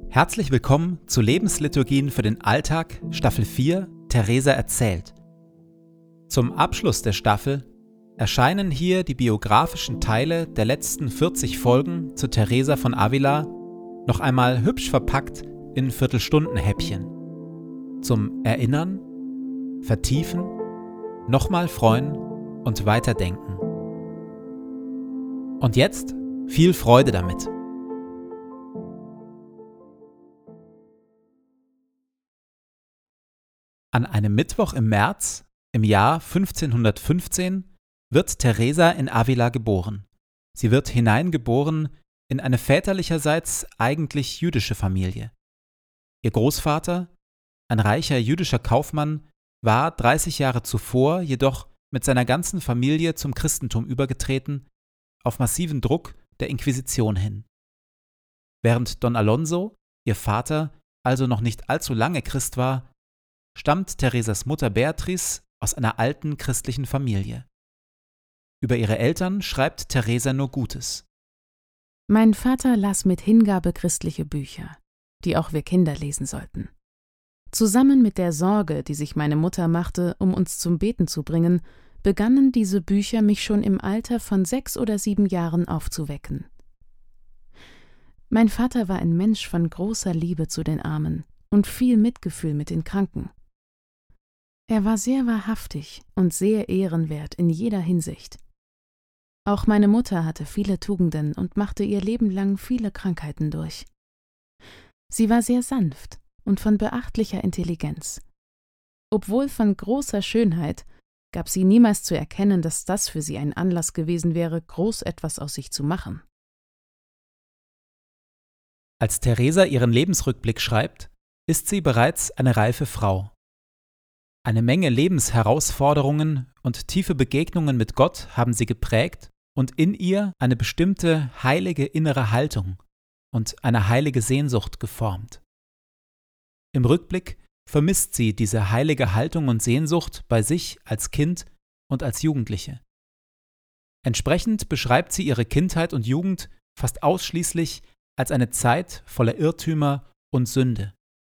Herzlich willkommen zu Lebensliturgien für den Alltag, Staffel 4, Teresa erzählt. Zum Abschluss der Staffel erscheinen hier die biografischen Teile der letzten 40 Folgen zu Teresa von Ávila noch einmal hübsch verpackt in Viertelstundenhäppchen. Zum Erinnern, Vertiefen, nochmal freuen und weiterdenken. Und jetzt viel Freude damit! An einem Mittwoch im März im Jahr 1515 wird Teresa in Ávila geboren. Sie wird hineingeboren in eine väterlicherseits eigentlich jüdische Familie. Ihr Großvater, ein reicher jüdischer Kaufmann, war 30 Jahre zuvor jedoch mit seiner ganzen Familie zum Christentum übergetreten, auf massiven Druck der Inquisition hin. Während Don Alonso, ihr Vater, also noch nicht allzu lange Christ war, stammt Teresas Mutter Beatriz aus einer alten christlichen Familie. Über ihre Eltern schreibt Teresa nur Gutes. Mein Vater las mit Hingabe christliche Bücher, die auch wir Kinder lesen sollten. Zusammen mit der Sorge, die sich meine Mutter machte, um uns zum Beten zu bringen, begannen diese Bücher mich schon im Alter von 6 oder 7 Jahren aufzuwecken. Mein Vater war ein Mensch von großer Liebe zu den Armen und viel Mitgefühl mit den Kranken. Er war sehr wahrhaftig und sehr ehrenwert in jeder Hinsicht. Auch meine Mutter hatte viele Tugenden und machte ihr Leben lang viele Krankheiten durch. Sie war sehr sanft und von beachtlicher Intelligenz. Obwohl von großer Schönheit, gab sie niemals zu erkennen, dass das für sie ein Anlass gewesen wäre, groß etwas aus sich zu machen. Als Teresa ihren Lebensrückblick schreibt, ist sie bereits eine reife Frau. Eine Menge Lebensherausforderungen und tiefe Begegnungen mit Gott haben sie geprägt und in ihr eine bestimmte heilige innere Haltung und eine heilige Sehnsucht geformt. Im Rückblick vermisst sie diese heilige Haltung und Sehnsucht bei sich als Kind und als Jugendliche. Entsprechend beschreibt sie ihre Kindheit und Jugend fast ausschließlich als eine Zeit voller Irrtümer und Sünde.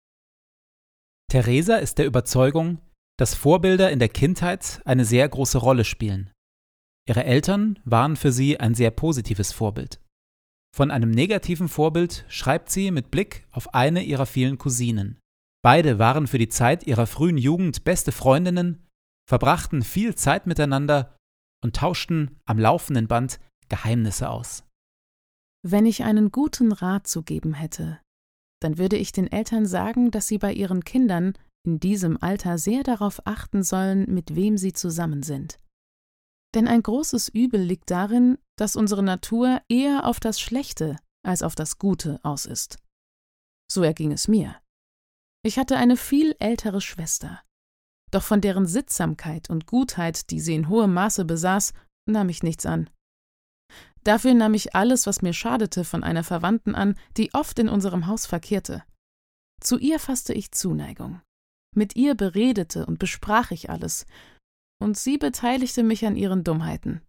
Teresa ist der Überzeugung, dass Vorbilder in der Kindheit eine sehr große Rolle spielen. Ihre Eltern waren für sie ein sehr positives Vorbild. Von einem negativen Vorbild schreibt sie mit Blick auf eine ihrer vielen Cousinen. Beide waren für die Zeit ihrer frühen Jugend beste Freundinnen, verbrachten viel Zeit miteinander und tauschten am laufenden Band Geheimnisse aus. Wenn ich einen guten Rat zu geben hätte, dann würde ich den Eltern sagen, dass sie bei ihren Kindern in diesem Alter sehr darauf achten sollen, mit wem sie zusammen sind. Denn ein großes Übel liegt darin, dass unsere Natur eher auf das Schlechte als auf das Gute aus ist. So erging es mir. Ich hatte eine viel ältere Schwester, doch von deren Sittsamkeit und Gutheit, die sie in hohem Maße besaß, nahm ich nichts an. Dafür nahm ich alles, was mir schadete, von einer Verwandten an, die oft in unserem Haus verkehrte. Zu ihr fasste ich Zuneigung. Mit ihr beredete und besprach ich alles, und sie beteiligte mich an ihren Dummheiten.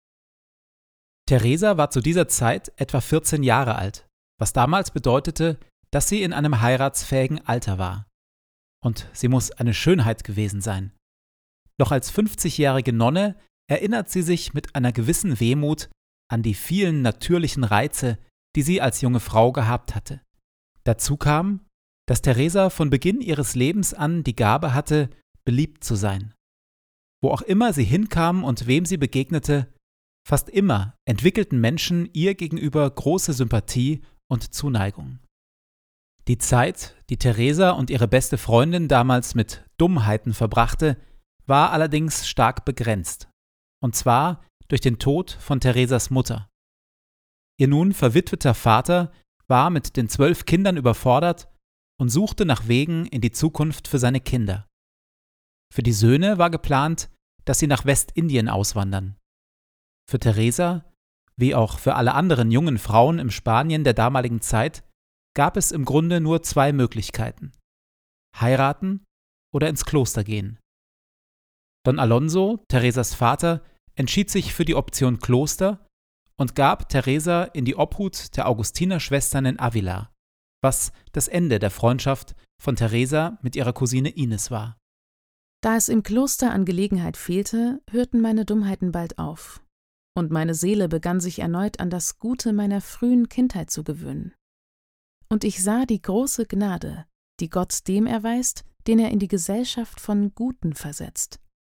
Teresa war zu dieser Zeit etwa 14 Jahre alt, was damals bedeutete, dass sie in einem heiratsfähigen Alter war. Und sie muss eine Schönheit gewesen sein. Doch als 50-jährige Nonne erinnert sie sich mit einer gewissen Wehmut an die vielen natürlichen Reize, die sie als junge Frau gehabt hatte. Dazu kam, dass Teresa von Beginn ihres Lebens an die Gabe hatte, beliebt zu sein. Wo auch immer sie hinkam und wem sie begegnete, fast immer entwickelten Menschen ihr gegenüber große Sympathie und Zuneigung. Die Zeit, die Teresa und ihre beste Freundin damals mit Dummheiten verbrachte, war allerdings stark begrenzt. Und zwar durch den Tod von Teresas Mutter. Ihr nun verwitweter Vater war mit den 12 Kindern überfordert und suchte nach Wegen in die Zukunft für seine Kinder. Für die Söhne war geplant, dass sie nach Westindien auswandern. Für Teresa, wie auch für alle anderen jungen Frauen im Spanien der damaligen Zeit, gab es im Grunde nur 2 Möglichkeiten: heiraten oder ins Kloster gehen. Don Alonso, Teresas Vater, entschied sich für die Option Kloster und gab Teresa in die Obhut der Augustinerschwestern in Ávila, was das Ende der Freundschaft von Teresa mit ihrer Cousine Ines war. Da es im Kloster an Gelegenheit fehlte, hörten meine Dummheiten bald auf, und meine Seele begann sich erneut an das Gute meiner frühen Kindheit zu gewöhnen. Und ich sah die große Gnade, die Gott dem erweist, den er in die Gesellschaft von Guten versetzt.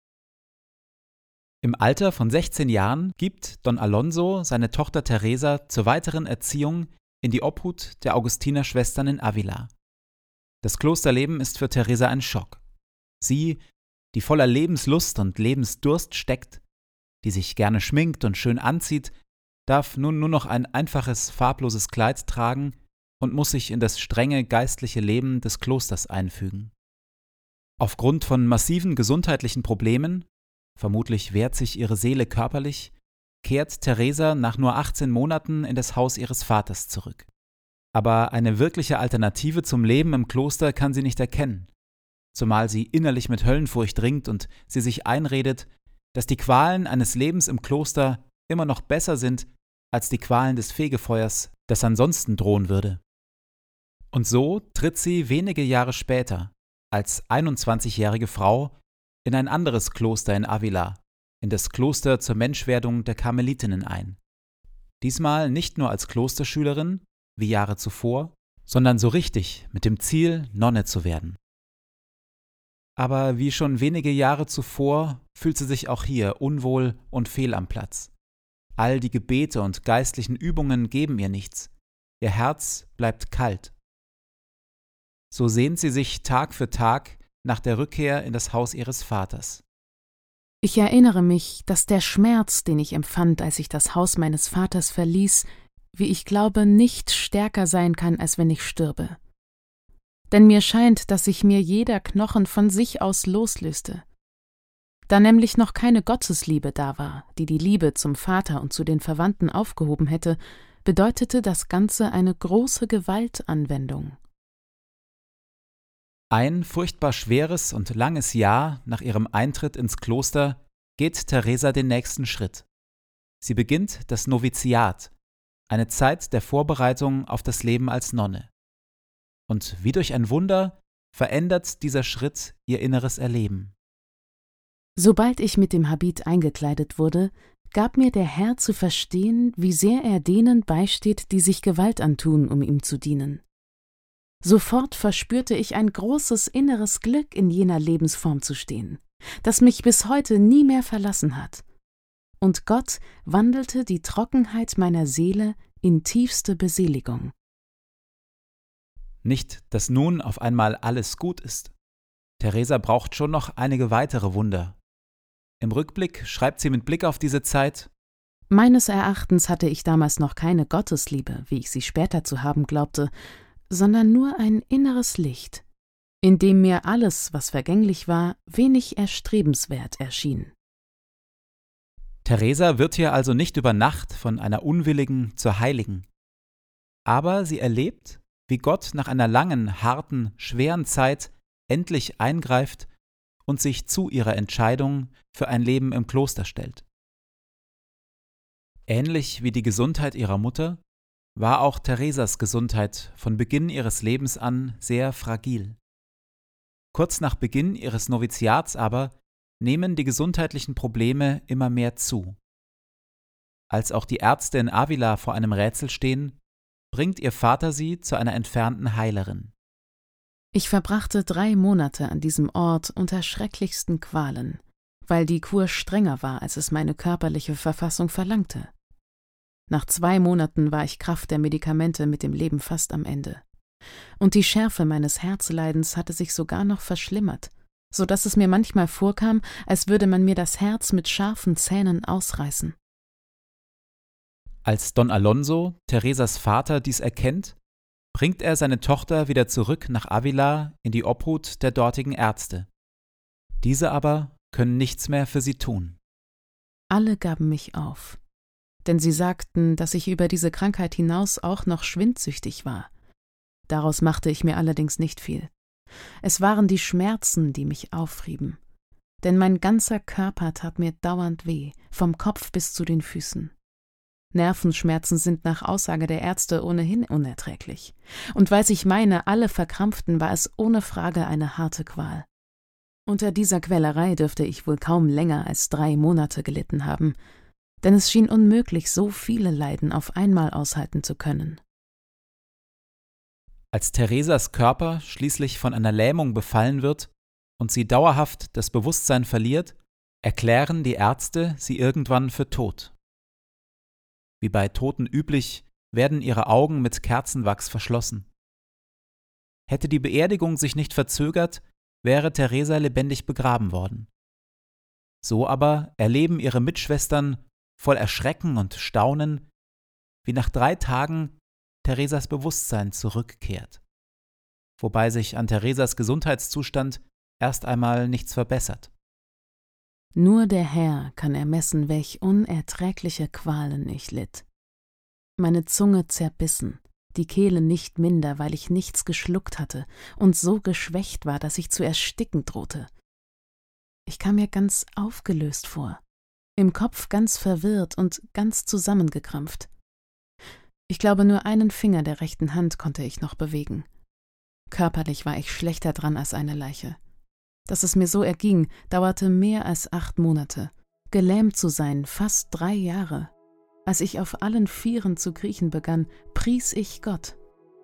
Im Alter von 16 Jahren gibt Don Alonso seine Tochter Teresa zur weiteren Erziehung in die Obhut der Augustinerschwestern in Ávila. Das Klosterleben ist für Teresa ein Schock. Sie, die voller Lebenslust und Lebensdurst steckt, die sich gerne schminkt und schön anzieht, darf nun nur noch ein einfaches, farbloses Kleid tragen und muss sich in das strenge geistliche Leben des Klosters einfügen. Aufgrund von massiven gesundheitlichen Problemen, vermutlich wehrt sich ihre Seele körperlich, kehrt Teresa nach nur 18 Monaten in das Haus ihres Vaters zurück. Aber eine wirkliche Alternative zum Leben im Kloster kann sie nicht erkennen, zumal sie innerlich mit Höllenfurcht ringt und sie sich einredet, dass die Qualen eines Lebens im Kloster immer noch besser sind als die Qualen des Fegefeuers, das ansonsten drohen würde. Und so tritt sie wenige Jahre später, als 21-jährige Frau, in ein anderes Kloster in Ávila, in das Kloster zur Menschwerdung der Karmelitinnen ein. Diesmal nicht nur als Klosterschülerin, wie Jahre zuvor, sondern so richtig mit dem Ziel, Nonne zu werden. Aber wie schon wenige Jahre zuvor fühlt sie sich auch hier unwohl und fehl am Platz. All die Gebete und geistlichen Übungen geben ihr nichts. Ihr Herz bleibt kalt. So sehnt sie sich Tag für Tag nach der Rückkehr in das Haus ihres Vaters. Ich erinnere mich, dass der Schmerz, den ich empfand, als ich das Haus meines Vaters verließ, wie ich glaube, nicht stärker sein kann, als wenn ich stürbe. Denn mir scheint, dass sich mir jeder Knochen von sich aus loslöste. Da nämlich noch keine Gottesliebe da war, die die Liebe zum Vater und zu den Verwandten aufgehoben hätte, bedeutete das Ganze eine große Gewaltanwendung. Ein furchtbar schweres und langes Jahr nach ihrem Eintritt ins Kloster geht Teresa den nächsten Schritt. Sie beginnt das Noviziat, eine Zeit der Vorbereitung auf das Leben als Nonne. Und wie durch ein Wunder verändert dieser Schritt ihr inneres Erleben. Sobald ich mit dem Habit eingekleidet wurde, gab mir der Herr zu verstehen, wie sehr er denen beisteht, die sich Gewalt antun, um ihm zu dienen. Sofort verspürte ich ein großes inneres Glück, in jener Lebensform zu stehen, das mich bis heute nie mehr verlassen hat. Und Gott wandelte die Trockenheit meiner Seele in tiefste Beseligung. Nicht, dass nun auf einmal alles gut ist. Teresa braucht schon noch einige weitere Wunder. Im Rückblick schreibt sie mit Blick auf diese Zeit: Meines Erachtens hatte ich damals noch keine Gottesliebe, wie ich sie später zu haben glaubte, sondern nur ein inneres Licht, in dem mir alles, was vergänglich war, wenig erstrebenswert erschien. Teresa wird hier also nicht über Nacht von einer Unwilligen zur Heiligen. Aber sie erlebt, wie Gott nach einer langen, harten, schweren Zeit endlich eingreift und sich zu ihrer Entscheidung für ein Leben im Kloster stellt. Ähnlich wie die Gesundheit ihrer Mutter war auch Teresas Gesundheit von Beginn ihres Lebens an sehr fragil. Kurz nach Beginn ihres Noviziats aber nehmen die gesundheitlichen Probleme immer mehr zu. Als auch die Ärzte in Ávila vor einem Rätsel stehen, bringt ihr Vater sie zu einer entfernten Heilerin. Ich verbrachte 3 Monate an diesem Ort unter schrecklichsten Qualen, weil die Kur strenger war, als es meine körperliche Verfassung verlangte. Nach 2 Monaten war ich kraft der Medikamente mit dem Leben fast am Ende. Und die Schärfe meines Herzleidens hatte sich sogar noch verschlimmert, so dass es mir manchmal vorkam, als würde man mir das Herz mit scharfen Zähnen ausreißen. Als Don Alonso, Teresas Vater, dies erkennt, bringt er seine Tochter wieder zurück nach Ávila in die Obhut der dortigen Ärzte. Diese aber können nichts mehr für sie tun. Alle gaben mich auf, denn sie sagten, dass ich über diese Krankheit hinaus auch noch schwindsüchtig war. Daraus machte ich mir allerdings nicht viel. Es waren die Schmerzen, die mich aufrieben, denn mein ganzer Körper tat mir dauernd weh, vom Kopf bis zu den Füßen. Nervenschmerzen sind nach Aussage der Ärzte ohnehin unerträglich. Und weil sich meine alle verkrampften, war es ohne Frage eine harte Qual. Unter dieser Quälerei dürfte ich wohl kaum länger als 3 Monate gelitten haben, denn es schien unmöglich, so viele Leiden auf einmal aushalten zu können. Als Theresas Körper schließlich von einer Lähmung befallen wird und sie dauerhaft das Bewusstsein verliert, erklären die Ärzte sie irgendwann für tot. Wie bei Toten üblich, werden ihre Augen mit Kerzenwachs verschlossen. Hätte die Beerdigung sich nicht verzögert, wäre Theresa lebendig begraben worden. So aber erleben ihre Mitschwestern voll Erschrecken und Staunen, wie nach 3 Tagen Theresas Bewusstsein zurückkehrt, wobei sich an Theresas Gesundheitszustand erst einmal nichts verbessert. Nur der Herr kann ermessen, welch unerträgliche Qualen ich litt. Meine Zunge zerbissen, die Kehle nicht minder, weil ich nichts geschluckt hatte und so geschwächt war, dass ich zu ersticken drohte. Ich kam mir ganz aufgelöst vor, im Kopf ganz verwirrt und ganz zusammengekrampft. Ich glaube, nur einen Finger der rechten Hand konnte ich noch bewegen. Körperlich war ich schlechter dran als eine Leiche. Dass es mir so erging, dauerte mehr als 8 Monate. Gelähmt zu sein, fast 3 Jahre. Als ich auf allen 4 zu kriechen begann, pries ich Gott.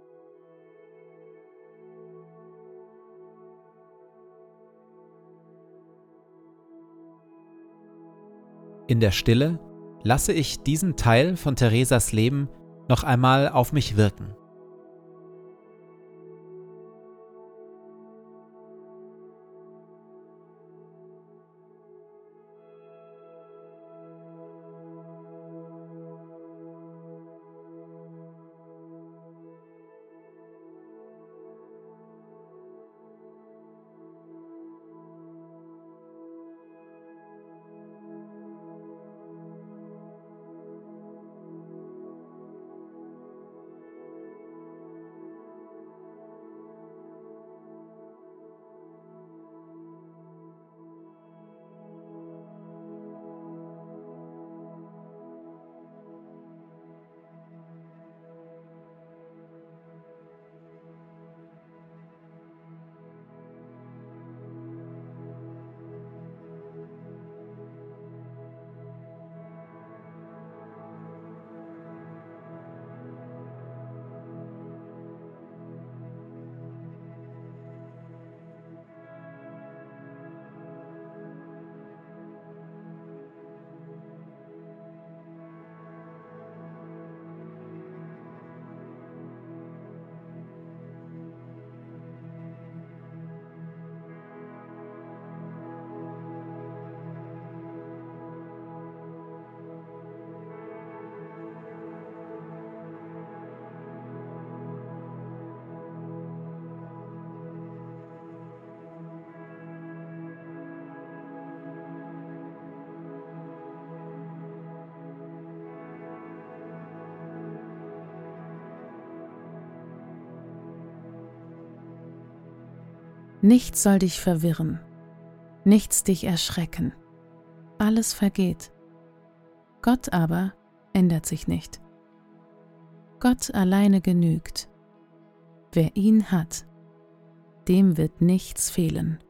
In der Stille lasse ich diesen Teil von Theresas Leben noch einmal auf mich wirken. Nichts soll dich verwirren, nichts dich erschrecken. Alles vergeht. Gott aber ändert sich nicht. Gott alleine genügt. Wer ihn hat, dem wird nichts fehlen.